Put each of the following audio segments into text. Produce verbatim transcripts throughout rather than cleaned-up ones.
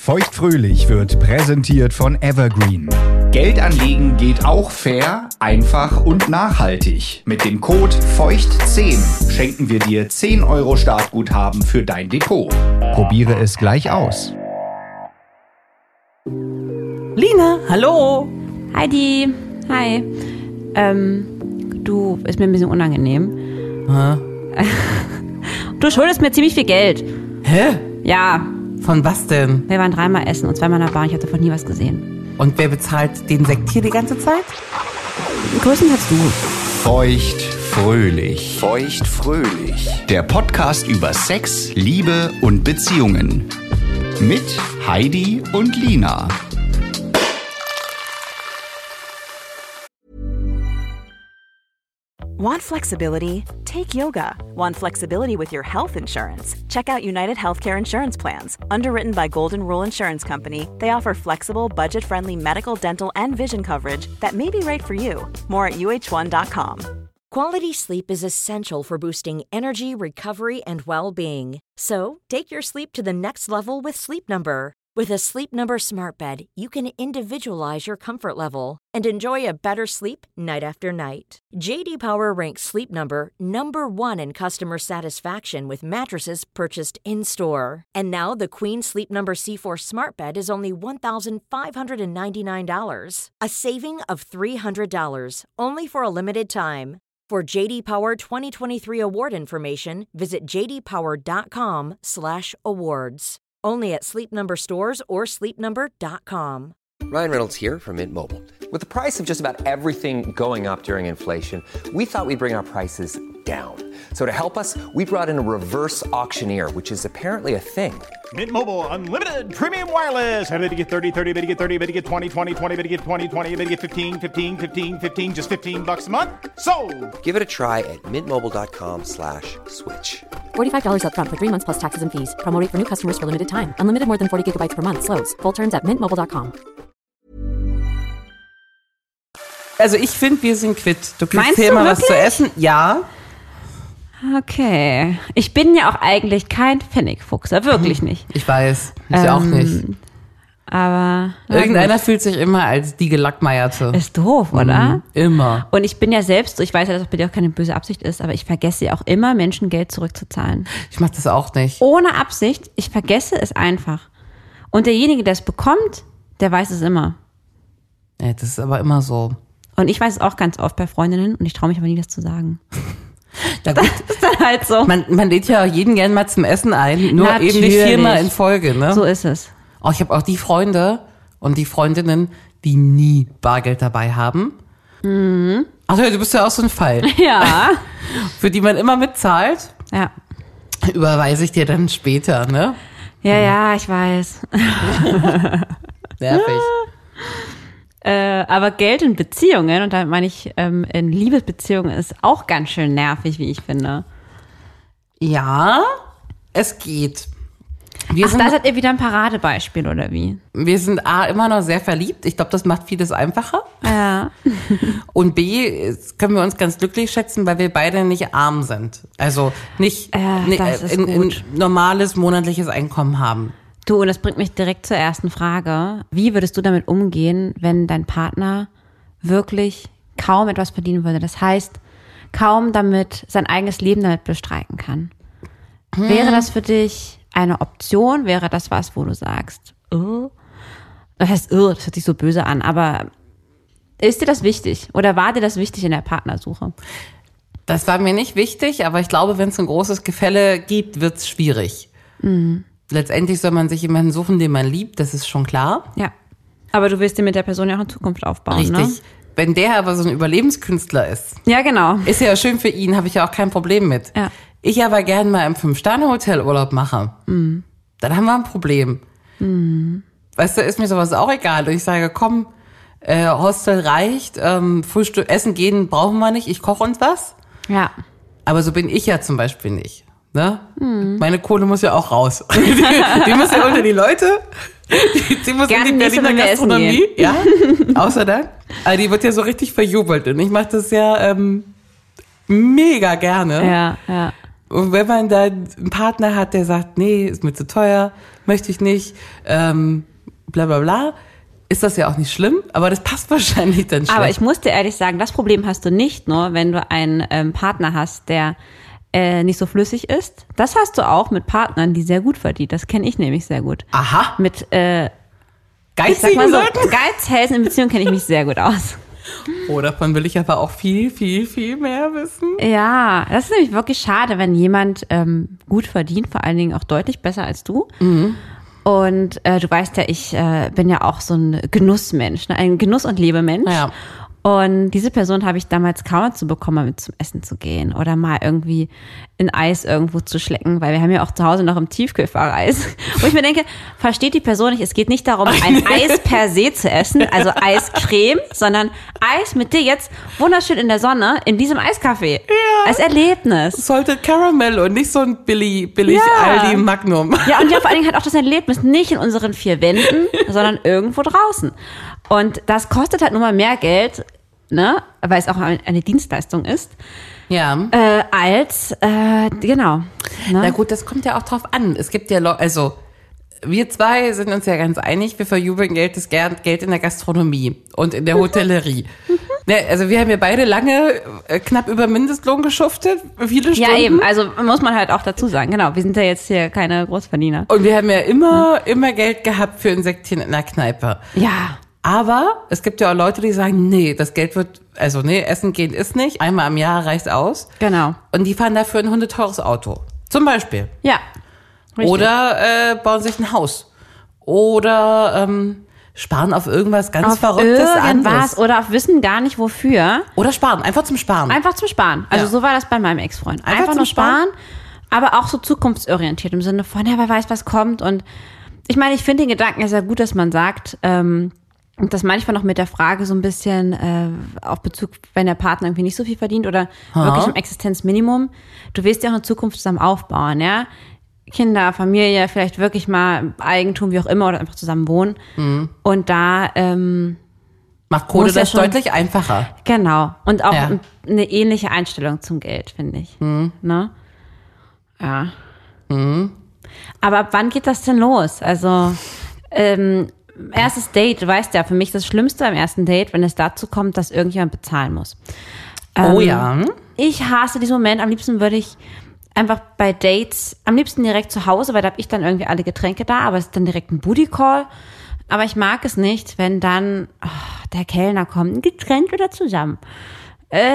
Feuchtfröhlich wird präsentiert von Evergreen. Geld anlegen geht auch fair, einfach und nachhaltig. Mit dem Code feucht zehn schenken wir dir zehn Euro Startguthaben für dein Depot. Probiere es gleich aus. Lina, hallo. Heidi, hi. Ähm, du, ist mir ein bisschen unangenehm. Hä? Du schuldest mir ziemlich viel Geld. Hä? Ja. Von was denn? Wir waren dreimal essen und zweimal in der Bar. Ich hatte davon nie was gesehen. Und wer bezahlt den Sekt hier die ganze Zeit? Größtenteils du. Feuchtfröhlich. Feuchtfröhlich. Der Podcast über Sex, Liebe und Beziehungen. Mit Heidi und Lina. Want flexibility? Take yoga. Want flexibility with your health insurance? Check out United Healthcare Insurance Plans. Underwritten by Golden Rule Insurance Company, they offer flexible, budget-friendly medical, dental, and vision coverage that may be right for you. More at U H one dot com. Quality sleep is essential for boosting energy, recovery, and well-being. So, take your sleep to the next level with Sleep Number. With a Sleep Number smart bed, you can individualize your comfort level and enjoy a better sleep night after night. J D Power ranks Sleep Number number one in customer satisfaction with mattresses purchased in-store. And now the Queen Sleep Number C four smart bed is only one thousand five hundred ninety-nine dollars, a saving of three hundred dollars, only for a limited time. For J D Power twenty twenty-three award information, visit j d power dot com slash awards. Only at Sleep Number stores or sleep number dot com. Ryan Reynolds here from Mint Mobile. With the price of just about everything going up during inflation, we thought we'd bring our prices down. So to help us, we brought in a reverse auctioneer, which is apparently a thing. Mint Mobile Unlimited Premium Wireless. How to get thirty, thirty, how to get thirty, how to get twenty, twenty, twenty, how to get twenty, twenty, how to get fifteen, fifteen, fifteen, fifteen, just fifteen bucks a month? Sold! Give it a try at mintmobile.com slash switch. forty-five dollars up front for three months plus taxes and fees. Promo rate for new customers for limited time. Unlimited more than forty gigabytes per month. Slows full terms at mint mobile dot com. Also ich finde, wir sind quitt. Du kriegst Meinst hier du immer was wirklich? zu essen. Ja. Okay. Ich bin ja auch eigentlich kein Pfennigfuchser. Wirklich nicht. Ich weiß. Ich ähm, auch nicht. Aber irgendeiner fühlt sich immer als die Gelackmeierte. Ist doof, oder? Mhm, immer. Und ich bin ja selbst, ich weiß ja, dass das bei dir auch keine böse Absicht ist, aber ich vergesse ja auch immer, Menschen Geld zurückzuzahlen. Ich mache das auch nicht. Ohne Absicht. Ich vergesse es einfach. Und derjenige, der es bekommt, der weiß es immer. Ja, das ist aber immer so. Und ich weiß es auch ganz oft bei Freundinnen und ich traue mich aber nie, das zu sagen. Ja, gut. Das ist dann halt so. Man, man lädt ja jeden gern mal zum Essen ein, nur Natürlich. eben nicht viermal in Folge, ne? So ist es. Oh, ich habe auch die Freunde und die Freundinnen, die nie Bargeld dabei haben. Mhm. Ach ja, du bist ja auch so ein Fall. Ja. Für die man immer mitzahlt. Ja. Überweise ich dir dann später, ne? Ja, ja, ich weiß. Nervig. Äh, aber Geld in Beziehungen, und damit meine ich ähm, in Liebesbeziehungen, ist auch ganz schön nervig, wie ich finde. Ja, es geht. Wir Ach, sind, da seid ihr wieder ein Paradebeispiel, oder wie? Wir sind A, immer noch sehr verliebt. Ich glaube, das macht vieles einfacher. Ja. Und B, können wir uns ganz glücklich schätzen, weil wir beide nicht arm sind. Also nicht Ja, ne, das ist ein, ein gut. normales monatliches Einkommen haben. Du, und das bringt mich direkt zur ersten Frage. Wie würdest du damit umgehen, wenn dein Partner wirklich kaum etwas verdienen würde? Das heißt, kaum damit sein eigenes Leben damit bestreiten kann. Hm. Wäre das für dich eine Option? Wäre das was, wo du sagst, oh? Das heißt, oh, das hört sich so böse an, aber ist dir das wichtig? Oder war dir das wichtig in der Partnersuche? Das war mir nicht wichtig, aber ich glaube, wenn es ein großes Gefälle gibt, wird es schwierig. Mhm. Letztendlich soll man sich jemanden suchen, den man liebt, das ist schon klar. Ja. Aber du willst dir mit der Person ja auch in Zukunft aufbauen, Richtig. Ne? Wenn der aber so ein Überlebenskünstler ist, Ja, genau. ist ja schön für ihn, habe ich ja auch kein Problem mit. Ja. Ich aber gern mal im Fünf-Sterne-Hotel Urlaub mache, Mhm. dann haben wir ein Problem. Mhm. Weißt du, ist mir sowas auch egal. Und ich sage, komm, äh, Hostel reicht, ähm, Frühstück, Essen gehen brauchen wir nicht, ich koche uns was. Ja. Aber so bin ich ja zum Beispiel nicht. Ne? Mhm. Meine Kohle muss ja auch raus. die, die muss ja unter die Leute. Die, die muss Gerne in die nächste Berliner Mal essen Gastronomie. gehen. Ja, außer dann. Aber die wird ja so richtig verjubelt. Und ich mache das ja ähm, mega gerne. Ja, ja. Und wenn man dann einen Partner hat, der sagt, nee, ist mir zu teuer, möchte ich nicht, ähm, bla bla bla, ist das ja auch nicht schlimm, aber das passt wahrscheinlich dann schlecht. Aber ich muss dir ehrlich sagen, das Problem hast du nicht nur, wenn du einen ähm, Partner hast, der äh, nicht so flüssig ist. Das hast du auch mit Partnern, die sehr gut verdienen. Das kenne ich nämlich sehr gut. Aha. Mit äh, Geizigen so, Leuten? Geizhälsen in Beziehungen kenne ich mich sehr gut aus. Oh, davon will ich aber auch viel, viel, viel mehr wissen. Ja, das ist nämlich wirklich schade, wenn jemand ähm, gut verdient, vor allen Dingen auch deutlich besser als du. Mhm. Und äh, du weißt ja, ich äh, bin ja auch so ein Genussmensch, ne? Ein Genuss- und Lebemensch. Ja. Und diese Person habe ich damals kaum dazu bekommen, mal mit zum Essen zu gehen oder mal irgendwie ein Eis irgendwo zu schlecken, weil wir haben ja auch zu Hause noch im Tiefkühlfach Eis. Wo ich mir denke, versteht die Person nicht, es geht nicht darum, ein Eis per se zu essen, also Eiscreme, sondern Eis mit dir jetzt wunderschön in der Sonne in diesem Eiskaffee. Ja. Als Erlebnis. Sollte Caramel und nicht so ein billig, billig ja. Aldi Magnum. Ja, und ja, vor allen Dingen halt auch das Erlebnis nicht in unseren vier Wänden, sondern irgendwo draußen. Und das kostet halt nun mal mehr Geld, ne, weil es auch eine Dienstleistung ist. Ja. Äh, als, äh, genau. Ne? Na gut, das kommt ja auch drauf an. Es gibt ja Leute, also, wir zwei sind uns ja ganz einig, wir verjubeln Geld, das Geld in der Gastronomie und in der Hotellerie. Ja, also wir haben ja beide lange äh, knapp über Mindestlohn geschuftet, viele Stunden. Ja eben, also muss man halt auch dazu sagen, genau, wir sind ja jetzt hier keine Großverdiener. Und wir haben ja immer, ja. immer Geld gehabt für ein Säckchen in der Kneipe. Ja. Aber es gibt ja auch Leute, die sagen, nee, das Geld wird, also nee, essen gehen ist nicht, einmal im Jahr reicht aus. Genau. Und die fahren dafür ein hundeteures Auto. Zum Beispiel. Ja. Richtig. Oder äh, bauen sich ein Haus. Oder ähm, sparen auf irgendwas ganz auf Verrücktes irgendwas anderes. Oder auf wissen gar nicht wofür. Oder sparen, einfach zum Sparen. Einfach zum Sparen. Also ja. so war das bei meinem Ex-Freund. Einfach, einfach nur sparen, sparen, aber auch so zukunftsorientiert im Sinne von, ja, wer weiß, was kommt. Und ich meine, ich finde den Gedanken ja sehr gut, dass man sagt, ähm, und das manchmal noch mit der Frage so ein bisschen äh, auf Bezug, wenn der Partner irgendwie nicht so viel verdient oder ha. wirklich im Existenzminimum. Du willst ja auch eine Zukunft zusammen aufbauen, ja. Kinder, Familie, vielleicht wirklich mal Eigentum, wie auch immer, oder einfach zusammen wohnen. Mhm. Und da ähm, macht Kohle das ja deutlich einfacher. Genau. Und auch ja. eine ähnliche Einstellung zum Geld, finde ich. Mhm. Ne? Ja. Mhm. Aber ab wann geht das denn los? Also, ähm, erstes Date, du weißt ja, für mich das Schlimmste am ersten Date, wenn es dazu kommt, dass irgendjemand bezahlen muss. Ähm, oh ja. Ich hasse diesen Moment. Am liebsten würde ich einfach bei Dates, am liebsten direkt zu Hause, weil da habe ich dann irgendwie alle Getränke da, aber es ist dann direkt ein Booty-Call. Aber ich mag es nicht, wenn dann oh, der Kellner kommt, getrennt oder zusammen? Äh,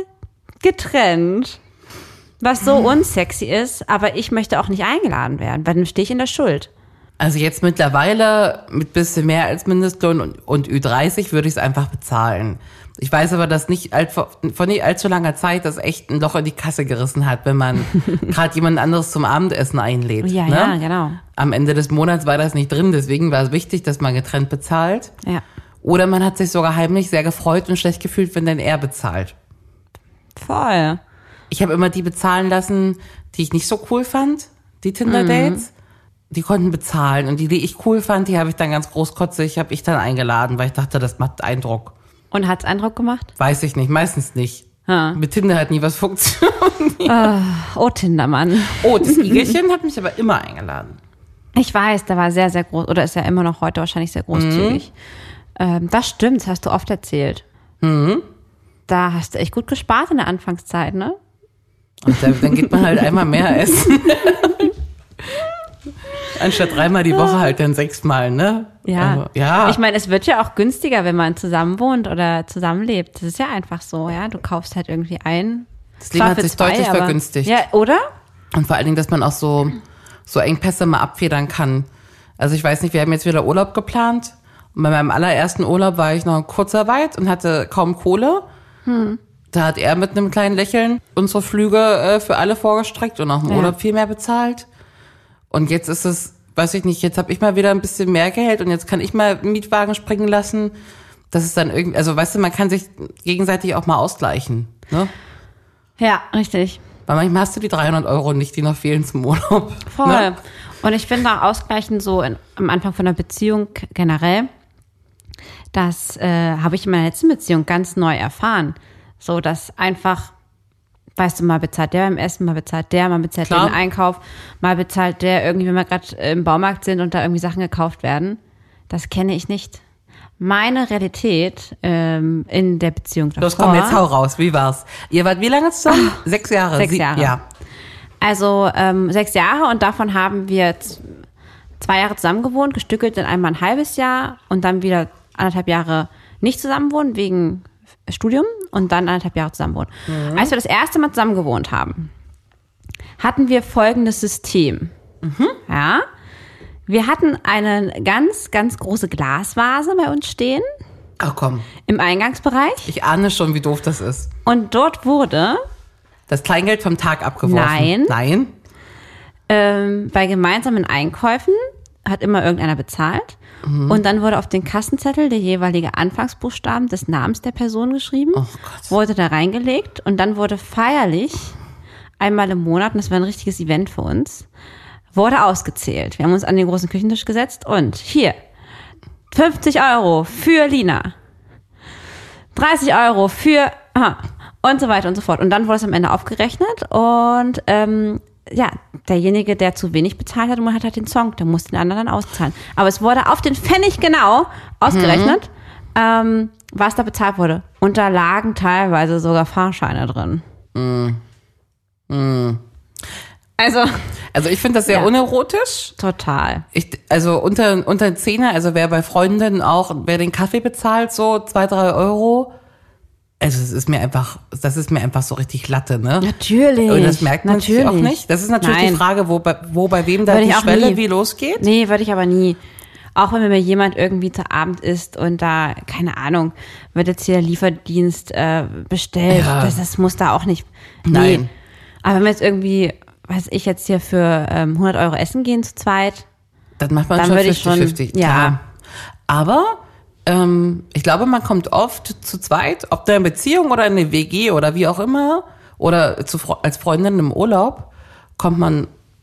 getrennt. Was so unsexy ist, aber ich möchte auch nicht eingeladen werden, weil dann stehe ich in der Schuld. Also jetzt mittlerweile mit bisschen mehr als Mindestlohn und, und Ü dreißig würde ich es einfach bezahlen. Ich weiß aber, dass nicht alt, vor nicht allzu langer Zeit das echt ein Loch in die Kasse gerissen hat, wenn man gerade jemand anderes zum Abendessen einlädt. Ja, ne? ja, genau. Am Ende des Monats war das nicht drin, deswegen war es wichtig, dass man getrennt bezahlt. Ja. Oder man hat sich sogar heimlich sehr gefreut und schlecht gefühlt, wenn dann er bezahlt. Voll. Ich habe immer die bezahlen lassen, die ich nicht so cool fand, die Tinder-Dates. Mhm. Die konnten bezahlen und die, die ich cool fand, die habe ich dann ganz großkotzig, habe ich dann eingeladen, weil ich dachte, das macht Eindruck. Und hat's Eindruck gemacht? Weiß ich nicht, meistens nicht. Ha. Mit Tinder hat nie was funktioniert. Oh, oh, Tindermann. Oh, das Igelchen hat mich aber immer eingeladen. Ich weiß, der war sehr, sehr groß, oder ist ja immer noch heute wahrscheinlich sehr großzügig. Mhm. Ähm, das stimmt, das hast du oft erzählt. Mhm. Da hast du echt gut gespart in der Anfangszeit, ne? Und dann, dann geht man halt einmal mehr essen. Anstatt dreimal die Woche halt dann sechsmal, ne? Ja. Also, ja. Ich meine, es wird ja auch günstiger, wenn man zusammen wohnt oder zusammenlebt. Das ist ja einfach so, ja. Du kaufst halt irgendwie ein. Das Leben hat sich zwei, deutlich aber, vergünstigt. Ja, oder? Und vor allen Dingen, dass man auch so, so Engpässe mal abfedern kann. Also ich weiß nicht, wir haben jetzt wieder Urlaub geplant. Und bei meinem allerersten Urlaub war ich noch in Kurzarbeit und hatte kaum Kohle. Hm. Da hat er mit einem kleinen Lächeln unsere Flüge äh, für alle vorgestreckt und auch im ja. Urlaub viel mehr bezahlt. Und jetzt ist es, weiß ich nicht, jetzt habe ich mal wieder ein bisschen mehr Geld und jetzt kann ich mal einen Mietwagen springen lassen. Das ist dann irgendwie, also weißt du, man kann sich gegenseitig auch mal ausgleichen, ne? Ja, richtig. Weil manchmal hast du die dreihundert Euro nicht, die noch fehlen zum Urlaub. Voll. Ne? Und ich finde auch ausgleichen so in, am Anfang von einer Beziehung generell, das äh, habe ich in meiner letzten Beziehung ganz neu erfahren. So, dass einfach weißt du, mal bezahlt der beim Essen, mal bezahlt der, mal bezahlt Klar. der den Einkauf, mal bezahlt der irgendwie, wenn wir gerade im Baumarkt sind und da irgendwie Sachen gekauft werden. Das kenne ich nicht. Meine Realität ähm, in der Beziehung davor. Los, komm, jetzt hau raus. Wie war's? Ihr wart wie lange zusammen? Sechs Jahre. Sechs Sie- Jahre. Ja. Also ähm, sechs Jahre und davon haben wir z- zwei Jahre zusammen gewohnt, gestückelt in einmal ein halbes Jahr und dann wieder anderthalb Jahre nicht zusammen wohnen wegen Studium und dann anderthalb Jahre zusammen wohnen. Mhm. Als wir das erste Mal zusammen gewohnt haben, hatten wir folgendes System. Mhm. Ja, wir hatten eine ganz, ganz große Glasvase bei uns stehen Ach komm, im Eingangsbereich ich ahne schon, wie doof das ist. und dort wurde Das Kleingeld vom Tag abgeworfen. Nein. Nein? ähm, bei gemeinsamen Einkäufen hat immer irgendeiner bezahlt. Mhm. Und dann wurde auf den Kassenzettel der jeweilige Anfangsbuchstaben des Namens der Person geschrieben, Oh Gott. wurde da reingelegt und dann wurde feierlich einmal im Monat, und das war ein richtiges Event für uns, wurde ausgezählt. Wir haben uns an den großen Küchentisch gesetzt und hier fünfzig Euro für Lina, dreißig Euro für aha, und so weiter und so fort. Und dann wurde es am Ende aufgerechnet und ähm, ja, derjenige, der zu wenig bezahlt hat, und man hat halt den Song, der musste den anderen dann auszahlen. Aber es wurde auf den Pfennig genau ausgerechnet, mhm. ähm, was da bezahlt wurde. Und da lagen teilweise sogar Fahrscheine drin. Mm. Mm. Also Also ich finde das sehr Ja. unerotisch. total. Ich, also unter, unter Zehner, also wer bei Freundinnen auch, wer den Kaffee bezahlt, so zwei, drei Euro. Also es ist mir einfach, das ist mir einfach so richtig Latte, ne? Natürlich. Und das merkt man natürlich auch natürlich. nicht. Das ist natürlich Nein. die Frage, wo bei, wo bei wem da Würde die ich auch Schwelle nie. wie losgeht. Nee, würde ich aber nie. Auch wenn mir jemand irgendwie zu Abend isst und da, keine Ahnung, wird jetzt hier der Lieferdienst äh, bestellt. Ja. Das, das muss da auch nicht. Nee. Nein. Aber wenn wir jetzt irgendwie, weiß ich, jetzt hier für ähm, hundert Euro essen gehen zu zweit, Das macht man Dann schon würde ich schon- fünfzig fünfzig, ja. klar. Aber ähm, ich glaube, man kommt oft zu zweit, ob da in Beziehung oder in eine W G oder wie auch immer, oder zu, Fre- als Freundin im Urlaub, kommt man,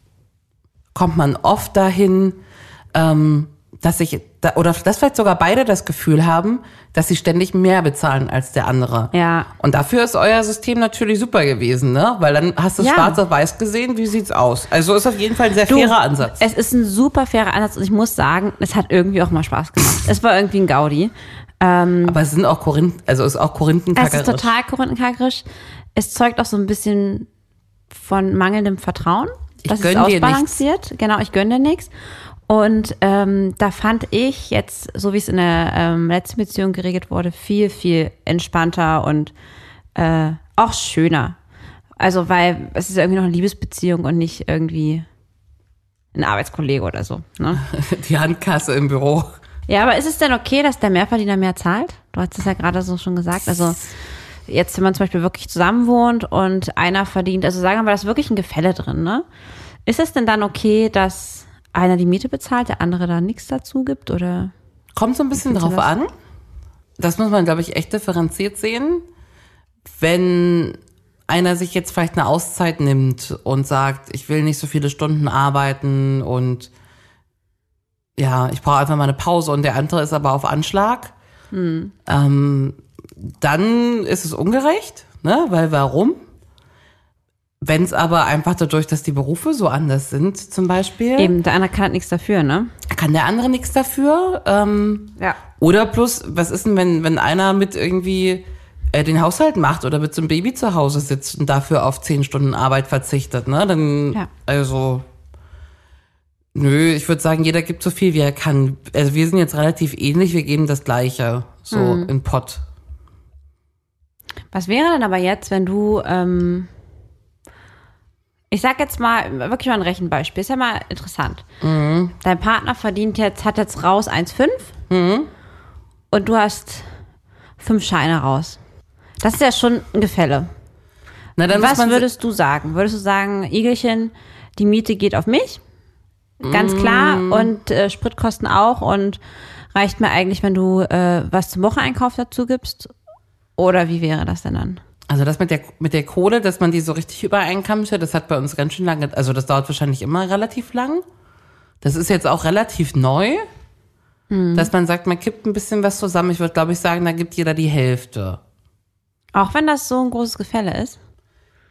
kommt man oft dahin, ähm, dass ich, da, oder dass vielleicht sogar beide das Gefühl haben, dass sie ständig mehr bezahlen als der andere. Ja. Und dafür ist euer System natürlich super gewesen, ne? Weil dann hast du Ja. schwarz auf weiß gesehen, wie sieht's aus. Also ist auf jeden Fall ein sehr Du, fairer Ansatz. Es ist ein super fairer Ansatz und ich muss sagen, es hat irgendwie auch mal Spaß gemacht. Es war irgendwie ein Gaudi. Aber es sind auch Korinth, also ist auch Es Korinthenkackerisch. ist total korinthenkackerisch. Es zeugt auch so ein bisschen von mangelndem Vertrauen. Ich Das gönn ist dir ausbalanciert. Genau, ich gönn dir nichts. Und ähm, da fand ich jetzt, so wie es in der ähm, letzten Beziehung geregelt wurde, viel, viel entspannter und äh, auch schöner. Also, weil es ist irgendwie noch eine Liebesbeziehung und nicht irgendwie ein Arbeitskollege oder so. Ne? Die Handkasse im Büro. Ja, aber ist es denn okay, dass der Mehrverdiener mehr zahlt? Du hast es ja gerade so schon gesagt. Also jetzt, wenn man zum Beispiel wirklich zusammen wohnt und einer verdient, also sagen wir mal, da ist wirklich ein Gefälle drin, ne? Ist es denn dann okay, dass einer die Miete bezahlt, der andere da nichts dazu gibt? Oder? Kommt so ein bisschen Willst du drauf was? an. Das muss man, glaube ich, echt differenziert sehen. Wenn einer sich jetzt vielleicht eine Auszeit nimmt und sagt, ich will nicht so viele Stunden arbeiten und ja, ich brauche einfach mal eine Pause und der andere ist aber auf Anschlag, Hm. ähm, dann ist es ungerecht, ne? Weil warum? Wenn es aber einfach dadurch, dass die Berufe so anders sind, zum Beispiel, Eben, der andere kann halt nichts dafür, ne? kann der andere nichts dafür. Ähm, Ja. Oder plus, was ist denn, wenn, wenn einer mit irgendwie äh, den Haushalt macht oder mit so einem Baby zu Hause sitzt und dafür auf zehn Stunden Arbeit verzichtet, ne? Dann, Ja. also, nö, ich würde sagen, jeder gibt so viel, wie er kann. Also wir sind jetzt relativ ähnlich, wir geben das Gleiche, so Mhm. in Pott. Was wäre denn aber jetzt, wenn du, ähm, ich sag jetzt mal, wirklich mal ein Rechenbeispiel, ist ja mal interessant. Mhm. Dein Partner verdient jetzt, hat jetzt raus eins Komma fünf Mhm. und du hast fünf Scheine raus. Das ist ja schon ein Gefälle. Na, dann muss Was man würdest du sagen? Würdest du sagen, Igelchen, die Miete geht auf mich? Ganz klar. Und äh, Spritkosten auch. Und reicht mir eigentlich, wenn du äh, was zum Wocheneinkauf dazu gibst? Oder wie wäre das denn dann? Also das mit der mit der Kohle, dass man die so richtig über einen Kamm schert, das hat bei uns ganz schön lange, also das dauert wahrscheinlich immer relativ lang. Das ist jetzt auch relativ neu, dass man sagt, man kippt ein bisschen was zusammen. Ich würde, glaube ich, sagen, da gibt jeder die Hälfte. Auch wenn das so ein großes Gefälle ist?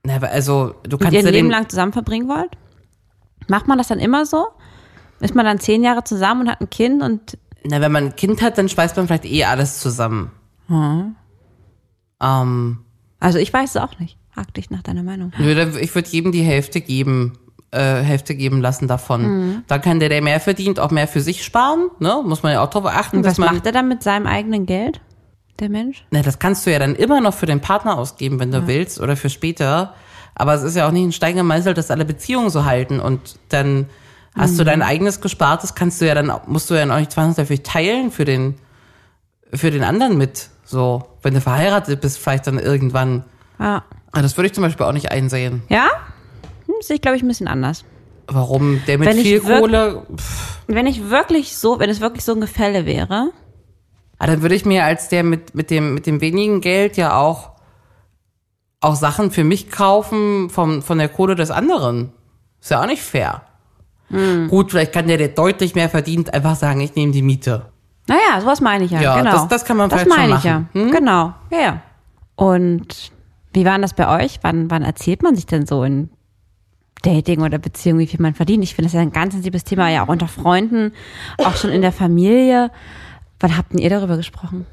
Na, also du Und kannst ihr ja Leben den, lang zusammen verbringen wollt? Macht man das dann immer so? Ist man dann zehn Jahre zusammen und hat ein Kind und... Na, wenn man ein Kind hat, dann schweißt man vielleicht eh alles zusammen. Hm. Ähm, Also ich weiß es auch nicht. Frag dich nach deiner Meinung. nö, dann- ich würde jedem die Hälfte geben, äh, Hälfte geben lassen davon. Mhm. Dann kann der, der mehr verdient, auch mehr für sich sparen. Ne? Muss man ja auch darauf achten, Und dass was man... macht er dann mit seinem eigenen Geld, der Mensch? Na, das kannst du ja dann immer noch für den Partner ausgeben, wenn du willst, oder für später. Aber es ist ja auch nicht ein Stein gemeißelt, dass alle Beziehungen so halten. Und dann hast Mhm. du dein eigenes Gespartes, kannst du ja dann, musst du ja auch nicht zwangsläufig teilen für den, für den anderen mit. So, wenn du verheiratet bist, vielleicht dann irgendwann. Ja. Aber das würde ich zum Beispiel auch nicht einsehen. Ja? Hm, sehe ich, glaube ich, ein bisschen anders. Warum? Der mit Wenn ich viel wirk- Kohle. Pff, Wenn ich wirklich so, wenn es wirklich so ein Gefälle wäre, ah, dann würde ich mir als der mit, mit dem, mit dem wenigen Geld ja auch, auch Sachen für mich kaufen vom, von der Kohle des anderen. Ist ja auch nicht fair. Hm. Gut, vielleicht kann der, der deutlich mehr verdient, einfach sagen, ich nehme die Miete. naja, sowas meine ich ja. Ja, genau. das- das kann man das vielleicht schon meine ich machen. ja. Hm? Genau, ja, ja. Und wie war denn das bei euch? Wann, wann erzählt man sich denn so in Dating oder Beziehung, wie viel man verdient? Ich finde das ja ein ganz sensibles Thema, ja auch unter Freunden, auch schon in der Familie. Wann habt denn ihr darüber gesprochen?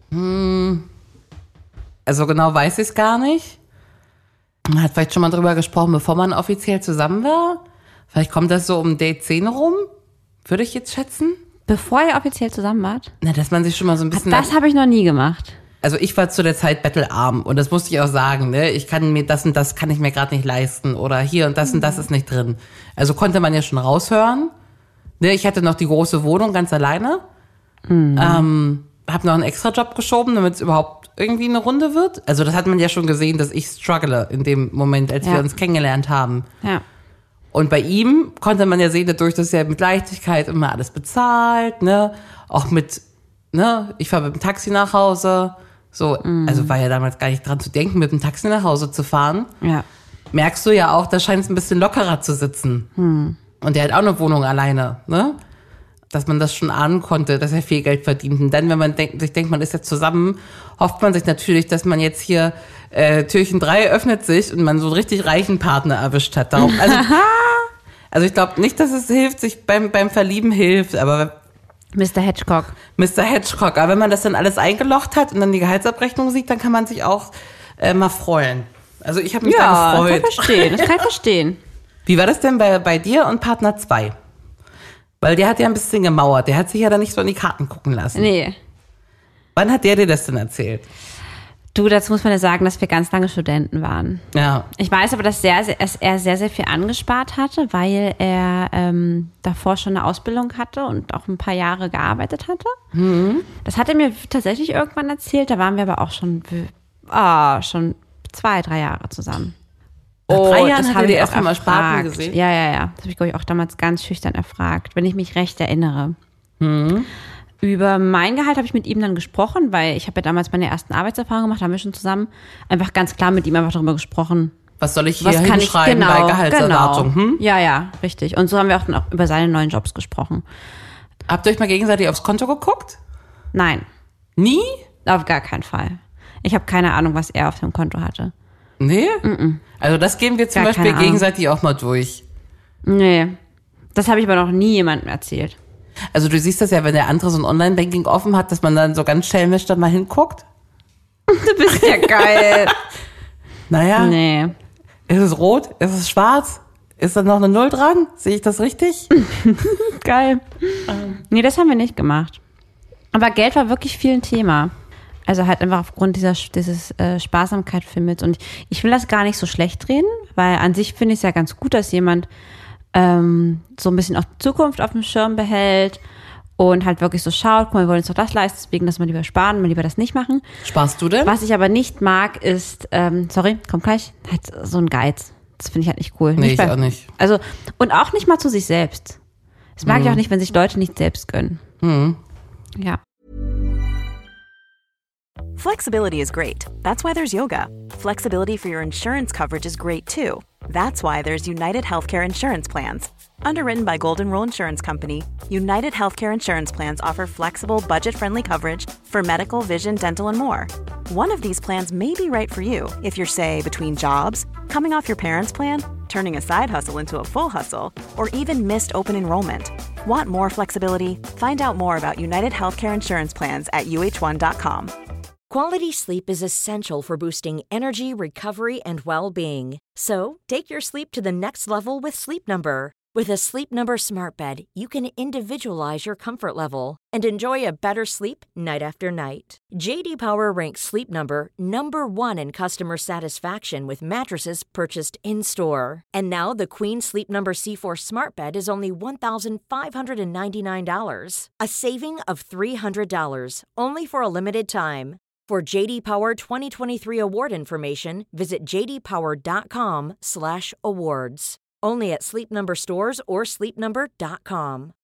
Also genau weiß ich es gar nicht. Man hat vielleicht schon mal drüber gesprochen, bevor man offiziell zusammen war. Vielleicht kommt das so um Date zehn rum, würde ich jetzt schätzen. Bevor ihr offiziell zusammen wart? Na, dass man sich schon mal so ein bisschen... Das habe ich noch nie gemacht. Also ich war zu der Zeit bettelarm und das musste ich auch sagen, ne? Ich kann mir das und das kann ich mir gerade nicht leisten oder hier und das und das ist nicht drin. Also konnte man ja schon raushören. Ne? Ich hatte noch die große Wohnung ganz alleine. Mhm. Ähm, hab noch einen Extrajob geschoben, damit es überhaupt irgendwie eine Runde wird. Also das hat man ja schon gesehen, dass ich struggle in dem Moment, als Ja. wir uns kennengelernt haben. Ja. Und bei ihm konnte man ja sehen, dadurch, dass er mit Leichtigkeit immer alles bezahlt, ne, auch mit, ne, ich fahre mit dem Taxi nach Hause, so, also war ja damals gar nicht dran zu denken, mit dem Taxi nach Hause zu fahren. Ja. Merkst du ja auch, da scheint es ein bisschen lockerer zu sitzen. Und der hat auch eine Wohnung alleine, ne, dass man das schon ahnen konnte, dass er viel Geld verdient. Und dann, wenn man denkt, sich denkt, man ist jetzt zusammen, hofft man sich natürlich, dass man jetzt hier äh, Türchen drei öffnet sich und man so einen richtig reichen Partner erwischt hat. Darum, also, also ich glaube nicht, dass es hilft, sich beim, beim Verlieben hilft, aber Mister Hitchcock. Mister Hitchcock, aber wenn man das dann alles eingelocht hat und dann die Gehaltsabrechnung sieht, dann kann man sich auch äh, mal freuen. Also ich habe mich da Ja, das kann ich gefreut. verstehen. Das kann ich verstehen. Wie war das denn bei, bei dir und Partner zwei? Weil der hat ja ein bisschen gemauert. Der hat sich ja da nicht so in die Karten gucken lassen. Nee. Wann hat der dir das denn erzählt? Du, dazu muss man ja sagen, dass wir ganz lange Studenten waren. Ja. Ich weiß aber, dass sehr, sehr, dass er sehr, sehr viel angespart hatte, weil er ähm, davor schon eine Ausbildung hatte und auch ein paar Jahre gearbeitet hatte. Mhm. Das hat er mir tatsächlich irgendwann erzählt. Da waren wir aber auch schon, ah, schon zwei, drei Jahre zusammen. Nach drei Oh, Jahren das hat habe er die ich erst auch einmal Sparten erfragt. gesehen? Ja, ja, ja. Das habe ich, glaube ich, auch damals ganz schüchtern erfragt, wenn ich mich recht erinnere. Mhm. Über mein Gehalt habe ich mit ihm dann gesprochen, weil ich habe ja damals meine ersten Arbeitserfahrungen gemacht, da haben wir schon zusammen einfach ganz klar mit ihm einfach darüber gesprochen. Was soll ich hier Was kann ich hinschreiben genau, bei Gehaltserwartung? genau. Hm? Ja, ja, richtig. Und so haben wir auch dann auch über seine neuen Jobs gesprochen. Habt ihr euch mal gegenseitig aufs Konto geguckt? Nein, Nie? auf gar keinen Fall. Ich habe keine Ahnung, was er auf dem Konto hatte. Nee? Also das gehen wir zum Gar Beispiel keine Ahnung. gegenseitig auch mal durch. Nee, das habe ich aber noch nie jemandem erzählt. Also du siehst das ja, wenn der andere so ein Online-Banking offen hat, dass man dann so ganz schelmisch da mal hinguckt. Du bist ja geil. Naja, Nee. ist es rot? Ist es schwarz? Ist da noch eine Null dran? Sehe ich das richtig? Geil. Nee, das haben wir nicht gemacht. Aber Geld war wirklich viel ein Thema. Also halt einfach aufgrund dieser dieses äh, Sparsamkeit-Films. Und ich will das gar nicht so schlecht reden, weil an sich finde ich es ja ganz gut, dass jemand ähm, so ein bisschen auch die Zukunft auf dem Schirm behält und halt wirklich so schaut, guck mal, wir wollen uns doch das leisten, deswegen lassen wir lieber sparen, wir lieber das nicht machen. Sparst du denn? Was ich aber nicht mag, ist, ähm, sorry, kommt gleich, halt so ein Geiz. Das finde ich halt nicht cool. Nee, nicht ich auch nicht. Also, und auch nicht mal zu sich selbst. Das mag ich auch nicht, wenn sich Leute nicht selbst gönnen. Mhm. Ja. Flexibility is great. That's why there's yoga. Flexibility for your insurance coverage is great too. That's why there's United Healthcare Insurance Plans. Underwritten by Golden Rule Insurance Company, United Healthcare Insurance Plans offer flexible, budget-friendly coverage for medical, vision, dental, and more. One of these plans may be right for you if you're, say, between jobs, coming off your parents' plan, turning a side hustle into a full hustle, or even missed open enrollment. Want more flexibility? Find out more about United Healthcare Insurance Plans at U H one dot com. Quality sleep is essential for boosting energy, recovery, and well-being. So, take your sleep to the next level with Sleep Number. With a Sleep Number smart bed, you can individualize your comfort level and enjoy a better sleep night after night. J D Power ranks Sleep Number number one in customer satisfaction with mattresses purchased in-store. And now the Queen Sleep Number C four smart bed is only one thousand five hundred ninety-nine dollars, a saving of three hundred dollars, only for a limited time. For J D Power twenty twenty-three award information, visit j d power dot com slash awards. Only at Sleep Number stores or sleep number dot com.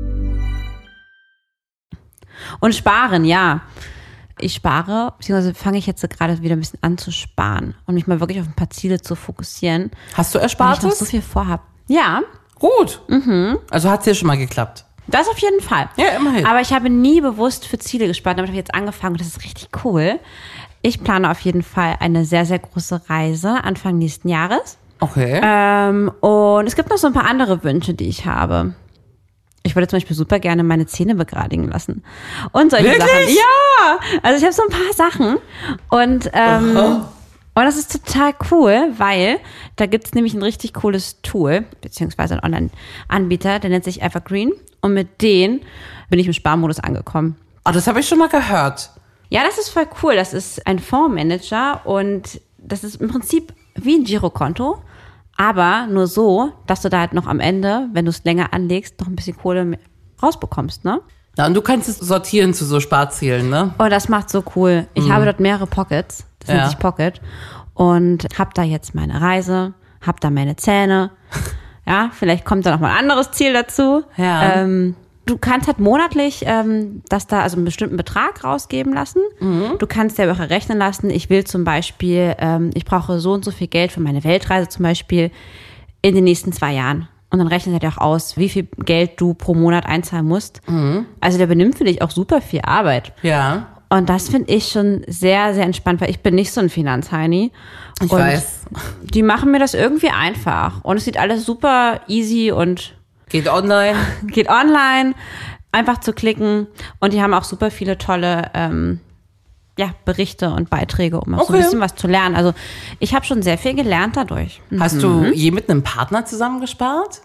Und sparen, ja. Ich spare, beziehungsweise fange ich jetzt gerade wieder ein bisschen an zu sparen und mich mal wirklich auf ein paar Ziele zu fokussieren. Hast du Weil Erspartes? ich noch so viel vorhab. Ja, Gut. Mhm. Also hat es dir schon mal geklappt. das auf jeden Fall. Ja, immerhin. Aber ich habe nie bewusst für Ziele gespart. Damit habe ich jetzt angefangen und das ist richtig cool. Ich plane auf jeden Fall eine sehr, sehr große Reise Anfang nächsten Jahres. Okay. Ähm, und es gibt noch so ein paar andere Wünsche, die ich habe. Ich würde zum Beispiel super gerne meine Zähne begradigen lassen. Und solche Wirklich? Sachen. Ja! Also ich habe so ein paar Sachen. Und, ähm, und das ist total cool, weil da gibt's nämlich ein richtig cooles Tool, beziehungsweise ein Online-Anbieter, der nennt sich Evergreen. Und mit denen bin ich im Sparmodus angekommen. Oh, das habe ich schon mal gehört. Ja, das ist voll cool. Das ist ein Fondsmanager und das ist im Prinzip wie ein Girokonto, aber nur so, dass du da halt noch am Ende, wenn du es länger anlegst, noch ein bisschen Kohle mehr rausbekommst, ne? Ja, und du kannst es sortieren zu so Sparzielen, ne? Und das macht so cool. Ich mhm. habe dort mehrere Pockets, das nennt Ja. sich Pocket, und hab da jetzt meine Reise, hab da meine Zähne. Ja, vielleicht kommt da noch mal ein anderes Ziel dazu. Ja. Ähm, Du kannst halt monatlich ähm, das da, also einen bestimmten Betrag rausgeben lassen. Mhm. Du kannst dir auch errechnen lassen, ich will zum Beispiel, ähm, ich brauche so und so viel Geld für meine Weltreise zum Beispiel in den nächsten zwei Jahren. Und dann rechnet er dir auch aus, wie viel Geld du pro Monat einzahlen musst. Mhm. Also der benimmt für dich auch super viel Arbeit. Ja. Und das finde ich schon sehr, sehr entspannt, weil ich bin nicht so ein Finanzheini. Ich und weiß. Die machen mir das irgendwie einfach. Und es sieht alles super easy und Geht online. geht online, einfach zu klicken. Und die haben auch super viele tolle ähm, ja, Berichte und Beiträge, um auch so ein Okay. bisschen was zu lernen. Also ich habe schon sehr viel gelernt dadurch. Hast du je mit einem Partner zusammengespart?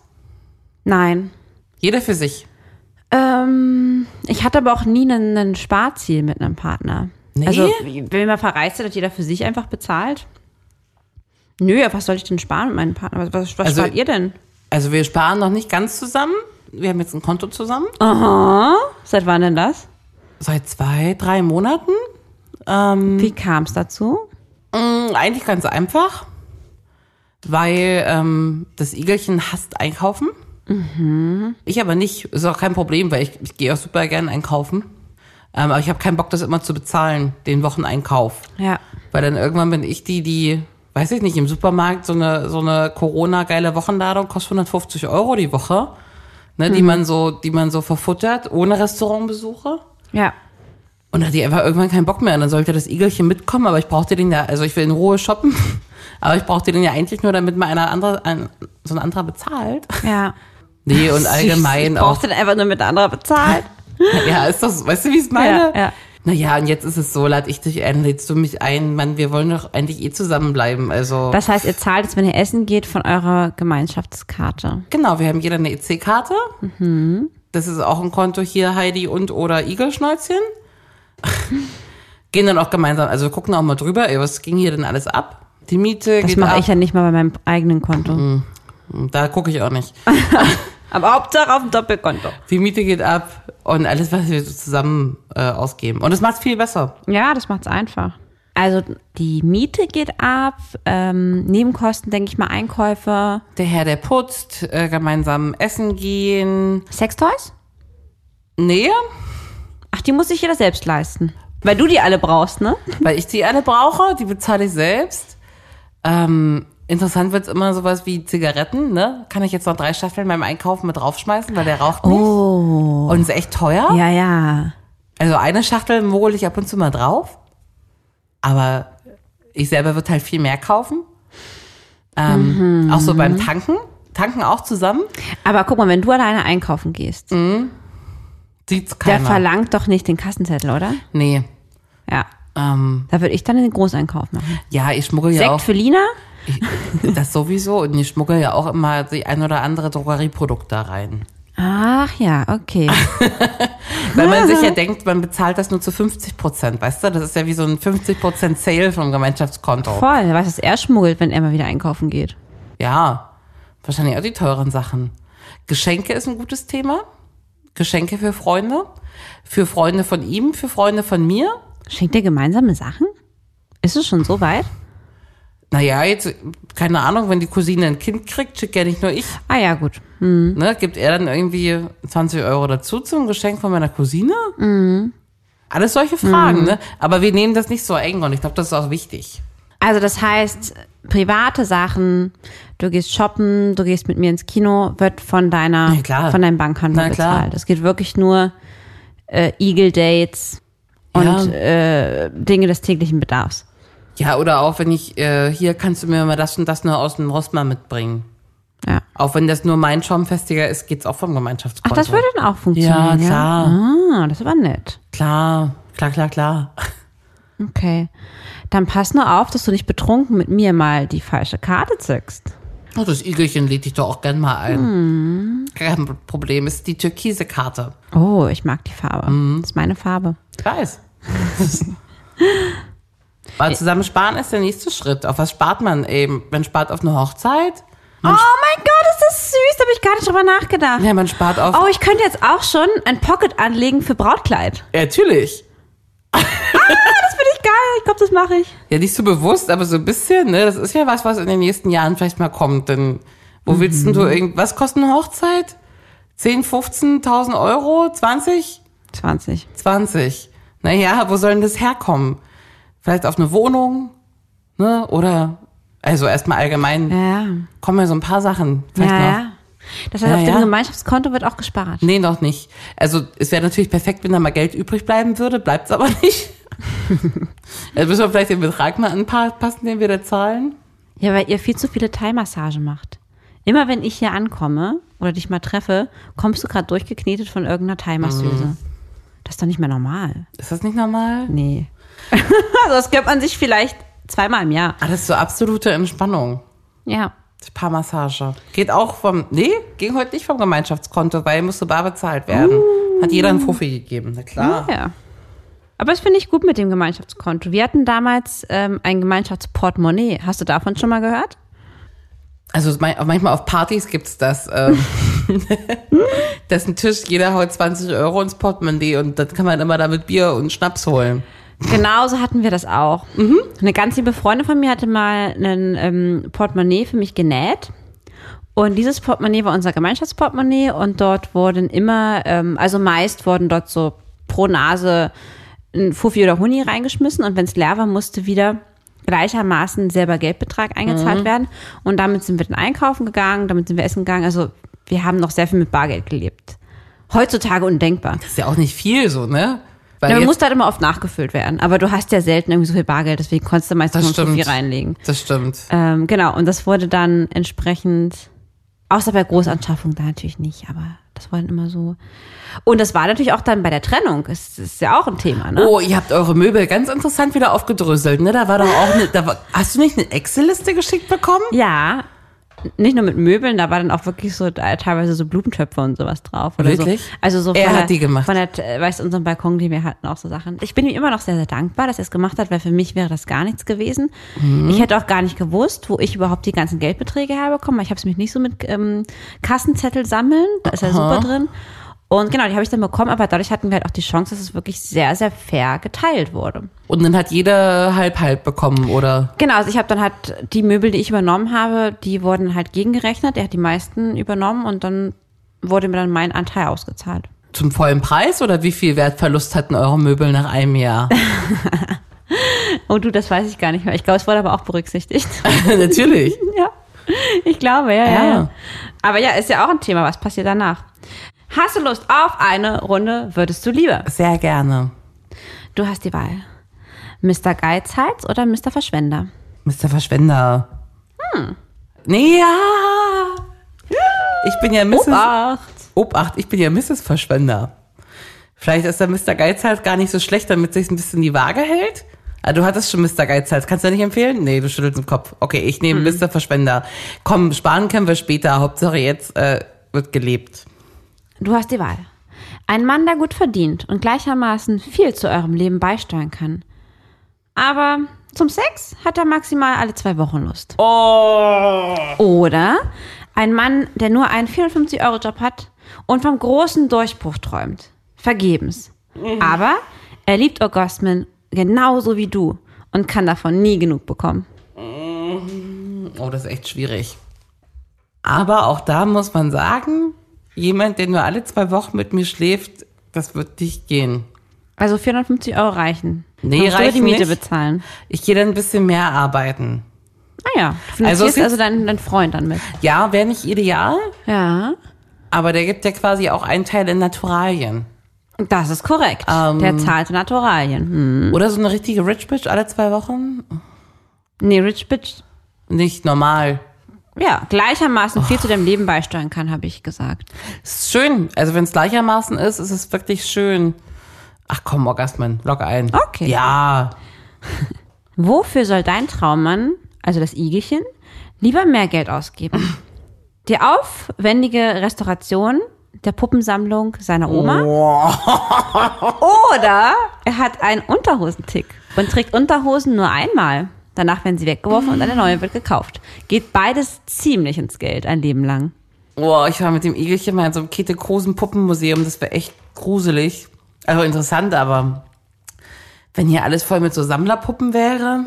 Nein. Jeder für sich. Ähm, ich hatte aber auch nie einen, einen Sparziel mit einem Partner. Nee? Also wenn man verreist, hat jeder für sich einfach bezahlt. Nö, ja, was soll ich denn sparen mit meinem Partner? Was, was, was Also- spart ihr denn? Also wir sparen noch nicht ganz zusammen. Wir haben jetzt ein Konto zusammen. Aha. Seit wann denn das? Seit zwei, drei Monaten. Ähm, Wie kam es dazu? mh, eigentlich ganz einfach. Weil ähm, das Igelchen hasst einkaufen. Mhm. Ich aber nicht. Ist auch kein Problem, weil ich, ich gehe auch super gerne einkaufen. Ähm, aber ich habe keinen Bock, das immer zu bezahlen, den Wocheneinkauf. Ja. Weil dann irgendwann bin ich die, die, weiß ich nicht, im Supermarkt so eine so eine Corona-geile Wochenladung kostet hundertfünfzig Euro die Woche, ne, die man so, die man so verfuttert, ohne Restaurantbesuche. Ja. Und da hatte ich einfach irgendwann keinen Bock mehr. Und dann sollte das Igelchen mitkommen, aber ich brauchte den ja, also ich will in Ruhe shoppen, aber ich brauchte den ja eigentlich nur, damit mal einer andere, ein, so ein anderer bezahlt. Ja. Nee, und allgemein ich auch. brauchte den einfach nur mit der andere bezahlt. Ja, ist das, weißt du, wie ich es meine? Ja, ja. Naja, und jetzt ist es so, lad ich dich ein, lädst du mich ein, Mann, wir wollen doch eigentlich eh zusammenbleiben, also. Das heißt, ihr zahlt jetzt, wenn ihr essen geht, von eurer Gemeinschaftskarte. Genau, wir haben jeder eine E C-Karte. Mhm. Das ist auch ein Konto hier, Heidi und oder Igelschnäuzchen. Gehen dann auch gemeinsam, also wir gucken auch mal drüber, ey, was ging hier denn alles ab? Die Miete Das geht mache ab. ich ja nicht mal bei meinem eigenen Konto. Mhm. Da gucke ich auch nicht. Aber Hauptsache auf dem Doppelkonto. Die Miete geht ab und alles, was wir so zusammen äh, ausgeben. Und es macht's viel besser. Ja, das macht's einfach. Also die Miete geht ab, ähm, Nebenkosten, denke ich mal, Einkäufe. Der Herr, der putzt, äh, gemeinsam essen gehen. Sextoys? Nee, Ach, die muss sich jeder selbst leisten. Weil du die alle brauchst, ne? weil ich die alle brauche, die bezahle ich selbst. Ähm, Interessant wird's immer sowas wie Zigaretten, ne? Kann ich jetzt noch drei Staffeln beim Einkaufen mit draufschmeißen, weil der raucht nicht. Oh. Und ist echt teuer. Ja, ja. Also eine Schachtel mogel ich ab und zu mal drauf. Aber ich selber würde halt viel mehr kaufen. Ähm, mhm. Auch so beim Tanken. Tanken auch zusammen. Aber guck mal, wenn du alleine einkaufen gehst, mhm. sieht's keiner. Der verlangt doch nicht den Kassenzettel, oder? Nee. Ja. Ähm, da würde ich dann den Großeinkauf machen. Ja, ich schmuggel ja Sekt auch. für Lina? Ich, das sowieso. Und ich schmuggel ja auch immer die ein oder andere Drogerieprodukt da rein. Ach ja, okay. Weil man sich ja denkt, man bezahlt das nur zu fünfzig Prozent, weißt du? Das ist ja wie so ein fünfzig Prozent Sale vom Gemeinschaftskonto. Voll, er weiß, dass er schmuggelt, wenn er mal wieder einkaufen geht. Ja, wahrscheinlich auch die teuren Sachen. Geschenke ist ein gutes Thema. Geschenke für Freunde. Für Freunde von ihm, für Freunde von mir. Schenkt ihr gemeinsame Sachen? Ist es schon so weit? Naja, jetzt, keine Ahnung, wenn die Cousine ein Kind kriegt, schickt ja nicht nur ich. Ah ja, gut. Mhm. Ne, gibt er dann irgendwie zwanzig Euro dazu zum Geschenk von meiner Cousine? Mhm. Alles solche Fragen, mhm. ne? Aber wir nehmen das nicht so eng und ich glaube, das ist auch wichtig. Also das heißt, private Sachen, du gehst shoppen, du gehst mit mir ins Kino, wird von deiner, ja, von deinem Bankkonto bezahlt. Es geht wirklich nur äh, Eagle-Dates und ja. äh, Dinge des täglichen Bedarfs. Ja, oder auch wenn ich, äh, hier kannst du mir mal das und das nur aus dem Rossmann mitbringen. Ja. Auch wenn das nur mein Schaumfestiger ist, geht's auch vom Gemeinschaftskonto. Ach, das würde dann auch funktionieren. Ja, klar. Ja? Ah, das ist aber nett. Klar, klar, klar, klar. Okay. Dann pass nur auf, dass du nicht betrunken mit mir mal die falsche Karte zückst. Oh, das Igelchen lädt dich doch auch gern mal ein. Hm. Kein Problem, ist die türkise Karte. Oh, ich mag die Farbe. Mhm. Das ist meine Farbe. Ich weiß. Weil zusammen sparen ist der nächste Schritt. Auf was spart man eben? Man spart auf eine Hochzeit. Man oh mein Gott, ist das süß. Da habe ich gar nicht drüber nachgedacht. Ja, man spart auf... Oh, ich könnte jetzt auch schon ein Pocket anlegen für Brautkleid. Ja, natürlich. Ah, das finde ich geil. Ich glaube, das mache ich. Ja, nicht so bewusst, aber so ein bisschen, ne? Das ist ja was, was in den nächsten Jahren vielleicht mal kommt. Denn wo mhm. willst denn du irgend... Was kostet eine Hochzeit? zehn, fünfzehntausend Euro? zwanzig? zwanzig. zwanzig. Naja, wo soll denn das herkommen? Vielleicht auf eine Wohnung, ne? Oder, also erstmal allgemein, ja. kommen ja so ein paar Sachen vielleicht ja, noch. Ja. Das heißt, ja, auf ja. dem Gemeinschaftskonto wird auch gespart. Nee, noch nicht. Also es wäre natürlich perfekt, wenn da mal Geld übrig bleiben würde, bleibt's aber nicht. Also müssen wir vielleicht den Betrag mal anpassen, den wir da zahlen. Ja, weil ihr viel zu viele Thai-Massage macht. Immer wenn ich hier ankomme oder dich mal treffe, kommst du gerade durchgeknetet von irgendeiner Thai-Masseuse. Mhm. Das ist doch nicht mehr normal. Ist das nicht normal? Nee. Also das gönnt man sich vielleicht zweimal im Jahr. Ah, das ist so absolute Entspannung. Ja. Spa-Massage. Geht auch vom, nee, ging heute nicht vom Gemeinschaftskonto, weil musste bar bezahlt werden. Uh. Hat jeder einen Fuffi gegeben, na klar. Ja. Aber das finde ich gut mit dem Gemeinschaftskonto. Wir hatten damals ähm, ein Gemeinschaftsportemonnaie. Hast du davon schon mal gehört? Also manchmal auf Partys gibt's das. Ähm, das ist ein Tisch, jeder haut zwanzig Euro ins Portemonnaie und dann kann man immer damit Bier und Schnaps holen. Genauso hatten wir das auch. Mhm. Eine ganz liebe Freundin von mir hatte mal ein ähm, Portemonnaie für mich genäht. Und dieses Portemonnaie war unser Gemeinschaftsportemonnaie und dort wurden immer, ähm, also meist wurden dort so pro Nase ein Fuffi oder Huni reingeschmissen und wenn es leer war, musste wieder gleichermaßen selber Geldbetrag eingezahlt mhm. werden. Und damit sind wir dann einkaufen gegangen, damit sind wir essen gegangen. Also wir haben noch sehr viel mit Bargeld gelebt. Heutzutage undenkbar. Das ist ja auch nicht viel so, ne? Weil ja, man muss halt immer oft nachgefüllt werden. Aber du hast ja selten irgendwie so viel Bargeld, deswegen konntest du meistens nur so viel reinlegen. Das stimmt. Ähm, genau, und das wurde dann entsprechend, außer bei Großanschaffung da natürlich nicht, aber das war dann immer so. Und das war natürlich auch dann bei der Trennung. Das ist ja auch ein Thema, ne? Oh, ihr habt eure Möbel ganz interessant wieder aufgedröselt, ne? Da war doch auch eine, da war, hast du nicht eine Excel-Liste geschickt bekommen? Ja. Nicht nur mit Möbeln, da war dann auch wirklich so äh, teilweise so Blumentöpfe und sowas drauf. Oder wirklich? So. Also so er von hat der, die gemacht. Von der, äh, weißt du, unserem Balkon, die wir hatten, auch so Sachen. Ich bin ihm immer noch sehr, sehr dankbar, dass er es gemacht hat, weil für mich wäre das gar nichts gewesen. Mhm. Ich hätte auch gar nicht gewusst, wo ich überhaupt die ganzen Geldbeträge herbekomme. Ich habe es mich nicht so mit ähm, Kassenzettel sammeln, da ist ja super drin. Und genau, die habe ich dann bekommen, aber dadurch hatten wir halt auch die Chance, dass es wirklich sehr, sehr fair geteilt wurde. Und dann hat jeder halb-halb bekommen, oder? Genau, also ich habe dann halt die Möbel, die ich übernommen habe, die wurden halt gegengerechnet. Er hat die meisten übernommen und dann wurde mir dann mein Anteil ausgezahlt. Zum vollen Preis oder wie viel Wertverlust hatten eure Möbel nach einem Jahr? Oh du, das weiß ich gar nicht mehr. Ich glaube, es wurde aber auch berücksichtigt. Natürlich. Ja, ich glaube, ja, ja, Ja. ja. Aber ja, ist ja auch ein Thema. Was passiert danach? Hast du Lust auf eine Runde Würdest du lieber? Sehr gerne. Du hast die Wahl. Mister Geizhals oder Mister Verschwender? Mister Verschwender. Hm. Nee, ja. Ich bin ja Misses Obacht. Obacht, ich bin ja Misses Verschwender. Vielleicht ist der Mister Geizhals gar nicht so schlecht, damit sich ein bisschen die Waage hält. Ah, du hattest schon Mister Geizhals. Kannst du nicht empfehlen? Nee, du schüttelst den Kopf. Okay, ich nehme Mhm. Mister Verschwender. Komm, sparen können wir später. Hauptsache jetzt äh, wird gelebt. Du hast die Wahl. Ein Mann, der gut verdient und gleichermaßen viel zu eurem Leben beisteuern kann. Aber zum Sex hat er maximal alle zwei Wochen Lust. Oh. Oder ein Mann, der nur einen vierhundertfünfzig-Euro-Job hat und vom großen Durchbruch träumt. Vergebens. Aber er liebt Orgasmen genauso wie du und kann davon nie genug bekommen. Oh, das ist echt schwierig. Aber auch da muss man sagen, jemand, der nur alle zwei Wochen mit mir schläft, das wird nicht gehen. Also vierhundertfünfzig Euro reichen. Nee, Dann musst du reichen die Miete nicht. bezahlen. Ich gehe dann ein bisschen mehr arbeiten. Naja, du Also es finanzierst also, gibt- deinen, deinen Freund dann mit. Ja, wäre nicht ideal, Ja, aber der gibt ja quasi auch einen Teil in Naturalien. das ist korrekt. Ähm. Der zahlt Naturalien. Hm. Oder so eine richtige Rich Bitch alle zwei Wochen? Nee, Rich Bitch. Nicht normal. Ja, gleichermaßen viel zu deinem Leben beisteuern kann, habe ich gesagt. Ist schön. Also wenn es gleichermaßen ist, ist es wirklich schön. Ach komm, Orgasmen, log ein. Okay. Ja. Wofür soll dein Traummann, also das Igelchen, lieber mehr Geld ausgeben? Die aufwendige Restauration der Puppensammlung seiner Oma? Oder er hat einen Unterhosentick und trägt Unterhosen nur einmal. Danach werden sie weggeworfen und eine neue wird gekauft. Geht beides ziemlich ins Geld, ein Leben lang. Boah, ich war mit dem Igelchen mal in so einem Käthe-Kosen-Puppenmuseum. Das wäre echt gruselig. Also interessant, aber wenn hier alles voll mit so Sammlerpuppen wäre.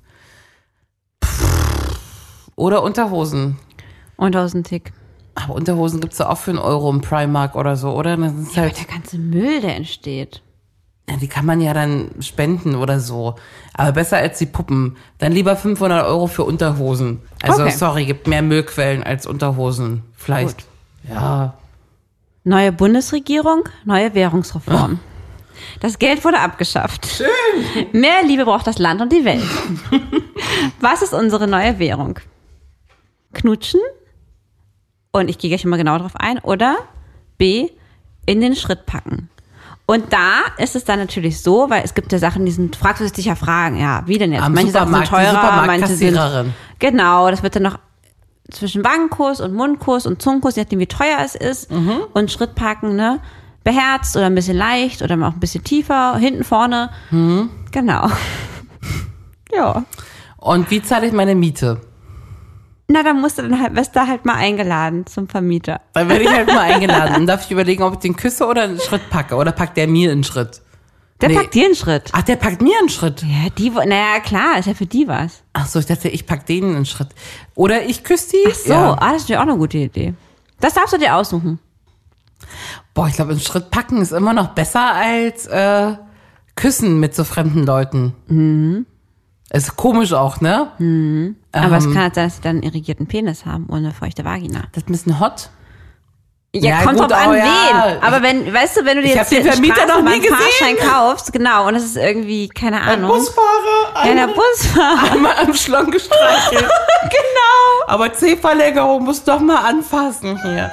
Pff, oder Unterhosen. Unterhosentick. Aber Unterhosen gibt's ja auch für einen Euro im Primark oder so, oder? Das ist Ja, halt, aber der ganze Müll, der entsteht. ja, die kann man ja dann spenden oder so. Aber besser als die Puppen. Dann lieber fünfhundert Euro für Unterhosen. Also Okay. sorry, gibt mehr Müllquellen als Unterhosen. Vielleicht. Ja. Neue Bundesregierung, neue Währungsreform. Das Geld wurde abgeschafft. Schön. Mehr Liebe braucht das Land und die Welt. Was ist unsere neue Währung? Knutschen? Und ich gehe gleich mal genau drauf ein. Oder B, in den Schritt packen. Und da ist es dann natürlich so, weil es gibt ja Sachen, die sind, fragst du dich ja Fragen, ja, wie denn jetzt? Am manche Sachen sind Supermarkt, die teurer, manche sind, Supermarktkassiererin. genau, das wird dann noch zwischen Wangenkurs und Mundkurs und Zungenkurs, je nachdem wie teuer es ist. Mhm. Und Schrittpacken, ne, beherzt oder ein bisschen leicht oder auch ein bisschen tiefer, hinten, vorne. Mhm. Genau. Ja. Und wie zahle ich meine Miete? Na, dann musst du dann halt, wirst du halt mal eingeladen zum Vermieter. Dann werde ich halt mal eingeladen. Dann darf ich überlegen, ob ich den küsse oder einen Schritt packe. Oder packt der mir einen Schritt? Der Nee. packt dir einen Schritt. Ach, der packt mir einen Schritt. Ja, die, wo- naja, klar, ist ja für die was. Ach so, ich dachte, ich pack denen einen Schritt. Oder ich küsse die. Ach so, Ja. ah, das ist natürlich auch eine gute Idee. Das darfst du dir aussuchen. Boah, ich glaube, ein Schritt packen ist immer noch besser als äh, küssen mit so fremden Leuten. Mhm. Ist komisch auch, ne? Mhm. Aber es Ähm. kann halt sein, dass sie dann einen irrigierten Penis haben ohne feuchte Vagina. Das ist ein bisschen hot. Ja, Ja, kommt gut, drauf an, aber ja. wen. Aber wenn, weißt du, wenn du dir Ich jetzt hab den Vermieter noch nie Straßenbahnfahrschein gesehen. kaufst, genau, und es ist irgendwie, keine Ahnung. Busfahrer. Ja, der Busfahrer. Einmal am Schlong gestreichelt. Genau. Aber C-Verlängerung muss doch mal anfassen hier.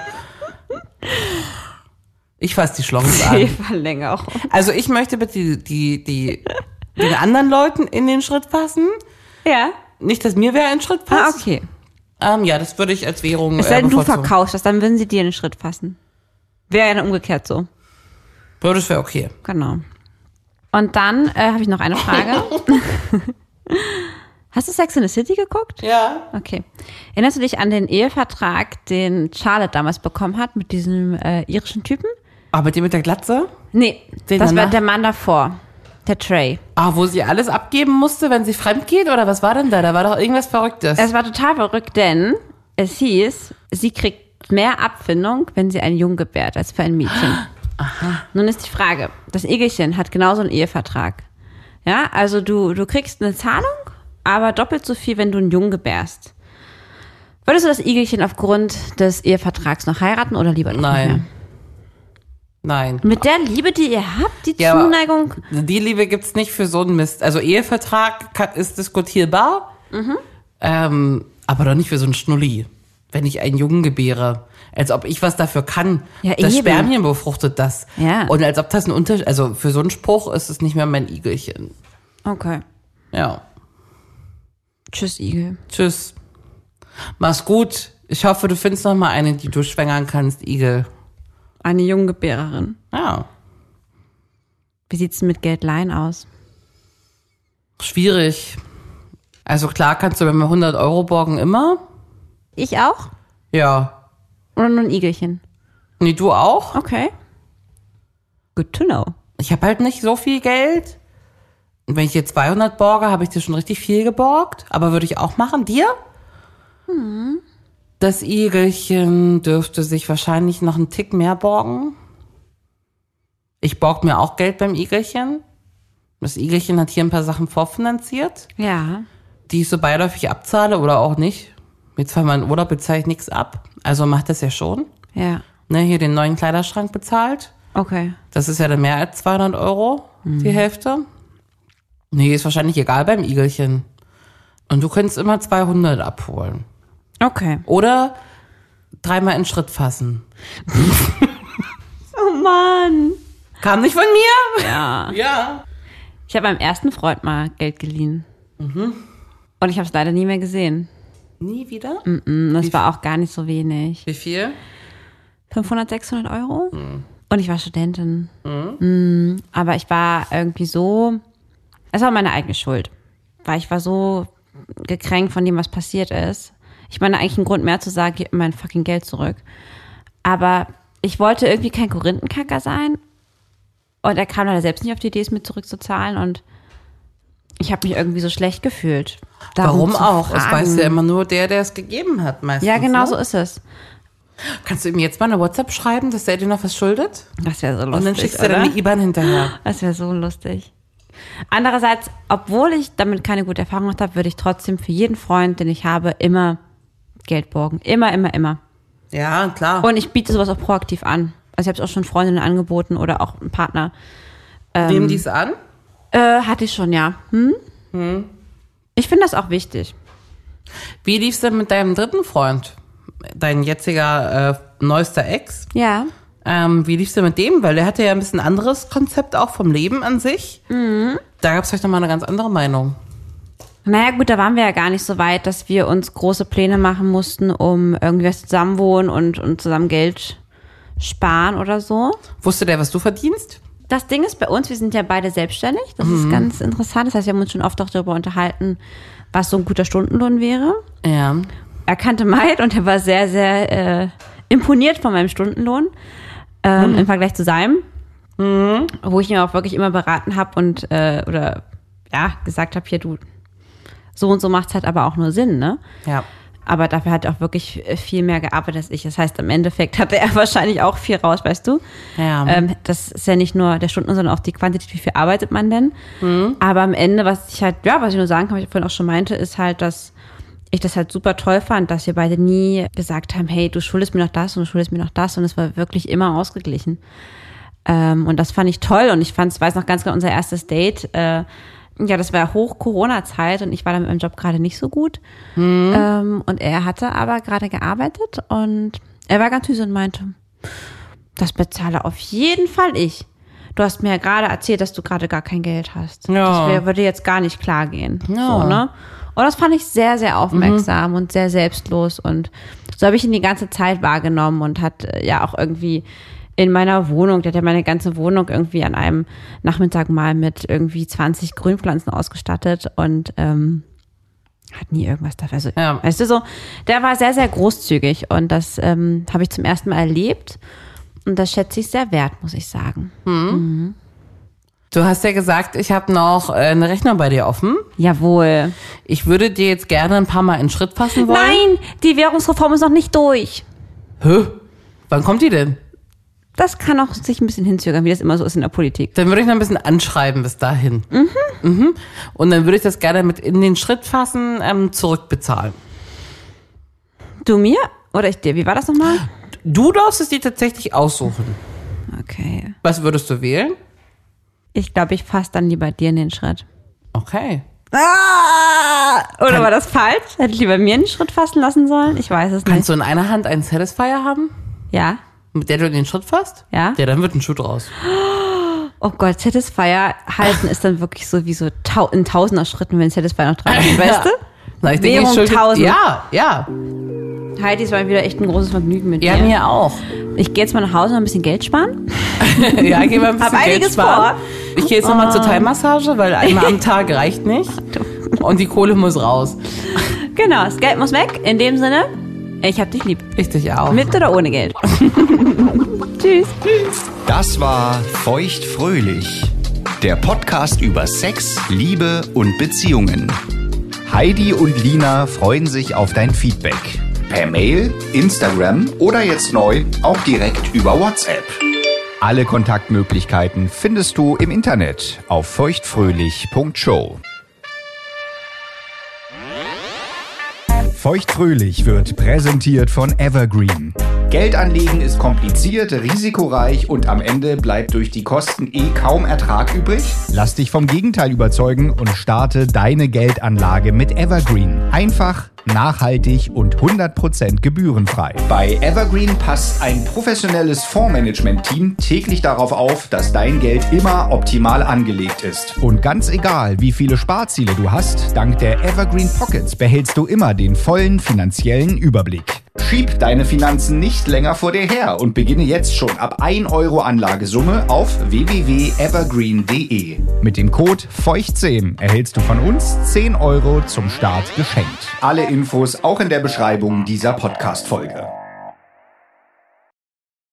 Ich fasse die Schlongs an. Verlängerung. Also ich möchte bitte die, die, die, den anderen Leuten in den Schritt passen. Ja. Nicht, dass mir wer einen Schritt Ah, passt. okay. Ähm, ja, das würde ich als Währung Es sei äh, denn, du bevorzugen. verkaufst das, dann würden sie dir in den Schritt fassen. Wäre ja dann umgekehrt so. Ja, das wäre okay. Genau. Und dann äh, habe ich noch eine Frage. Hast du Sex in the City geguckt? Ja. Okay. Erinnerst du dich an den Ehevertrag, den Charlotte damals bekommen hat mit diesem äh, irischen Typen? Aber die mit der Glatze? Nee, Den das war danach? der Mann davor. Der Trey. Ah, wo sie alles abgeben musste, wenn sie fremd geht? Oder was war denn da? Da war doch irgendwas Verrücktes. Es war total verrückt, denn es hieß, sie kriegt mehr Abfindung, wenn sie einen Jungen gebärt, als für ein Mädchen. Aha. Nun ist die Frage, das Igelchen hat genauso einen Ehevertrag. Ja, also du, du kriegst eine Zahlung, aber doppelt so viel, wenn du einen Jungen gebärst. Würdest du das Igelchen aufgrund des Ehevertrags noch heiraten oder lieber nicht Nein. mehr? Nein. Mit der Liebe, die ihr habt, die Ja, aber Zuneigung? Die Liebe gibt's nicht für so einen Mist. Also Ehevertrag kann, ist diskutierbar, Mhm. ähm, aber doch nicht für so einen Schnulli. Wenn ich einen Jungen gebäre. Als ob ich was dafür kann. Ja, das eben. Spermien befruchtet das. Ja. Und als ob das ein Unterschied, also für so einen Spruch ist es nicht mehr mein Igelchen. Okay. Ja. Tschüss, Igel. Tschüss. Mach's gut. Ich hoffe, du findest noch mal eine, die du schwängern kannst, Igel. Eine Junggebärerin. Ja. Wie sieht's denn mit Geldleihen aus? Schwierig. Also klar kannst du bei mir hundert Euro borgen immer. Ich auch? Ja. Oder nur ein Igelchen? Nee, du auch? Okay. Good to know. Ich habe halt nicht so viel Geld. Und wenn ich dir zweihundert borge, habe ich dir schon richtig viel geborgt. Aber würde ich auch machen. Dir? Hm. Das Igelchen dürfte sich wahrscheinlich noch einen Tick mehr borgen. Ich borg mir auch Geld beim Igelchen. Das Igelchen hat hier ein paar Sachen vorfinanziert, Ja. die ich so beiläufig abzahle oder auch nicht. Jetzt für meinen Urlaub bezahle ich nichts ab. Also macht das ja schon. Ja. Ne, hier den neuen Kleiderschrank bezahlt. Okay. Das ist ja dann mehr als zweihundert Euro, die Hälfte. Nee, ist wahrscheinlich egal beim Igelchen. Und du könntest immer zweihundert abholen. Okay. Oder dreimal in Schritt fassen. Oh Mann. Kam nicht von mir? Ja. Ja. Ich habe meinem ersten Freund mal Geld geliehen. Mhm. Und ich habe es leider nie mehr gesehen. Nie wieder? Mm, Das war auch gar nicht so wenig. Wie viel? fünfhundert, sechshundert Euro. Mhm. Und ich war Studentin. Mhm. Aber ich war irgendwie so, es war meine eigene Schuld. Weil ich war so gekränkt von dem, was passiert ist. Ich meine, eigentlich ein Grund mehr zu sagen, gib mir mein fucking Geld zurück. Aber ich wollte irgendwie kein Korinthenkacker sein. Und er kam leider selbst nicht auf die Idee, es mir zurückzuzahlen. Und ich habe mich irgendwie so schlecht gefühlt. darum Warum zu auch? Es fragen. weiß ja immer nur der, der es gegeben hat meistens. Ja, genau ne? so ist es. Kannst du ihm jetzt mal eine WhatsApp schreiben, dass der dir noch was schuldet? Das wäre so lustig, Und dann schickst du oder? dann die I B A N hinterher. Das wäre so lustig. Andererseits, obwohl ich damit keine gute Erfahrung gemacht habe, würde ich trotzdem für jeden Freund, den ich habe, immer Geld borgen. Immer, immer, immer. Ja, klar. Und ich biete sowas auch proaktiv an. Also ich habe es auch schon Freundinnen angeboten oder auch einen Partner. Nehmen die es an? Äh, hatte ich schon, ja. Hm? Hm. Ich finde das auch wichtig. Wie lief's denn mit deinem dritten Freund? Dein jetziger äh, neuester Ex? Ja. Ähm, wie lief's denn mit dem? Weil der hatte ja ein bisschen anderes Konzept auch vom Leben an sich. Mhm. Da gab's vielleicht nochmal eine ganz andere Meinung. Naja gut, da waren wir ja gar nicht so weit, dass wir uns große Pläne machen mussten, um irgendwie was zusammenwohnen und, und zusammen Geld sparen oder so. Wusste der, was du verdienst? Das Ding ist bei uns, wir sind ja beide selbstständig. Das ist ganz interessant. Das heißt, wir haben uns schon oft auch darüber unterhalten, was so ein guter Stundenlohn wäre. Ja. Er kannte Maid und er war sehr, sehr äh, imponiert von meinem Stundenlohn ähm, im Vergleich zu seinem. Mhm. Wo ich ihn auch wirklich immer beraten habe und äh, oder ja, gesagt habe, hier du, so und so macht's halt aber auch nur Sinn, ne? Ja. Aber dafür hat er auch wirklich viel mehr gearbeitet als ich. Das heißt, im Endeffekt hatte er wahrscheinlich auch viel raus, weißt du? Ja. Ähm, das ist ja nicht nur der Stundenlohn, sondern auch die Quantität, wie viel arbeitet man denn? Mhm. Aber am Ende, was ich halt, ja, was ich nur sagen kann, was ich vorhin auch schon meinte, ist halt, dass ich das halt super toll fand, dass wir beide nie gesagt haben, hey, du schuldest mir noch das und du schuldest mir noch das. Und es war wirklich immer ausgeglichen. Ähm, und das fand ich toll. Und ich fand, ich weiß noch ganz genau, unser erstes Date, äh, ja, das war Hoch-Corona-Zeit und ich war da mit meinem Job gerade nicht so gut. Mhm. Ähm, und er hatte aber gerade gearbeitet und er war ganz süß und meinte, das bezahle auf jeden Fall ich. Du hast mir ja gerade erzählt, dass du gerade gar kein Geld hast. Ja. Das wär, würde jetzt gar nicht klar gehen. Ja. So, ne? Und das fand ich sehr, sehr aufmerksam mhm. und sehr selbstlos. Und so habe ich ihn die ganze Zeit wahrgenommen und hat äh, ja auch irgendwie in meiner Wohnung, der hat ja meine ganze Wohnung irgendwie an einem Nachmittag mal mit irgendwie zwanzig Grünpflanzen ausgestattet und ähm, hat nie irgendwas dafür. Also, ja. Weißt du, so, der war sehr, sehr großzügig und das ähm, habe ich zum ersten Mal erlebt und das schätze ich sehr wert, muss ich sagen. Mhm. Mhm. Du hast ja gesagt, ich habe noch äh, eine Rechnung bei dir offen. Jawohl. Ich würde dir jetzt gerne ein paar Mal in Schritt fassen wollen. Nein, die Währungsreform ist noch nicht durch. Hä? Wann kommt die denn? Das kann auch sich ein bisschen hinzögern, wie das immer so ist in der Politik. Dann würde ich noch ein bisschen anschreiben bis dahin. Mhm. Mhm. Und dann würde ich das gerne mit in den Schritt fassen, ähm, zurückbezahlen. Du mir oder ich dir? Wie war das nochmal? Du darfst es dir tatsächlich aussuchen. Okay. Was würdest du wählen? Ich glaube, ich fasse dann lieber dir in den Schritt. Okay. Ah! Oder war das falsch? Hätte ich lieber mir einen Schritt fassen lassen sollen? Ich weiß es nicht. Kannst du in einer Hand einen Satisfier haben? Ja. Mit der du in den Schritt fasst? Ja. Ja, dann wird ein Schuh draus. Oh Gott, Satisfier halten ist dann wirklich so wie so tau- in tausender Schritten, wenn Satisfier noch dran ist, weißt du? Na, ich denke, Währung ich tausend. Ja, ja. Heidi, es war wieder echt ein großes Vergnügen mit Ja, dir. mir auch. Ich gehe jetzt mal nach Hause noch ein bisschen Geld sparen. Ja, gehen wir ein bisschen Hab Geld einiges sparen. vor. Ich gehe jetzt nochmal zur Thai-Massage, weil einmal am Tag reicht nicht. Und die Kohle muss raus. Genau, das Geld muss weg. In dem Sinne, ich hab dich lieb. Ich dich auch. Mit oder ohne Geld. Tschüss. Das war Feuchtfröhlich, der Podcast über Sex, Liebe und Beziehungen. Heidi und Lina freuen sich auf dein Feedback. Per Mail, Instagram oder jetzt neu auch direkt über WhatsApp. Alle Kontaktmöglichkeiten findest du im Internet auf feuchtfröhlich punkt show. Feuchtfröhlich wird präsentiert von Evergreen. Geld anlegen ist kompliziert, risikoreich und am Ende bleibt durch die Kosten eh kaum Ertrag übrig? Lass dich vom Gegenteil überzeugen und starte deine Geldanlage mit Evergreen. Einfach, nachhaltig und hundert Prozent gebührenfrei. Bei Evergreen passt ein professionelles Fondsmanagement-Team täglich darauf auf, dass dein Geld immer optimal angelegt ist. Und ganz egal, wie viele Sparziele du hast, dank der Evergreen Pockets behältst du immer den vollen finanziellen Überblick. Schieb deine Finanzen nicht länger vor dir her und beginne jetzt schon ab ein Euro Anlagesumme auf w w w punkt evergreen punkt d e. Mit dem Code feucht zehn erhältst du von uns zehn Euro zum Start geschenkt. Alle Infos auch in der Beschreibung dieser Podcast-Folge.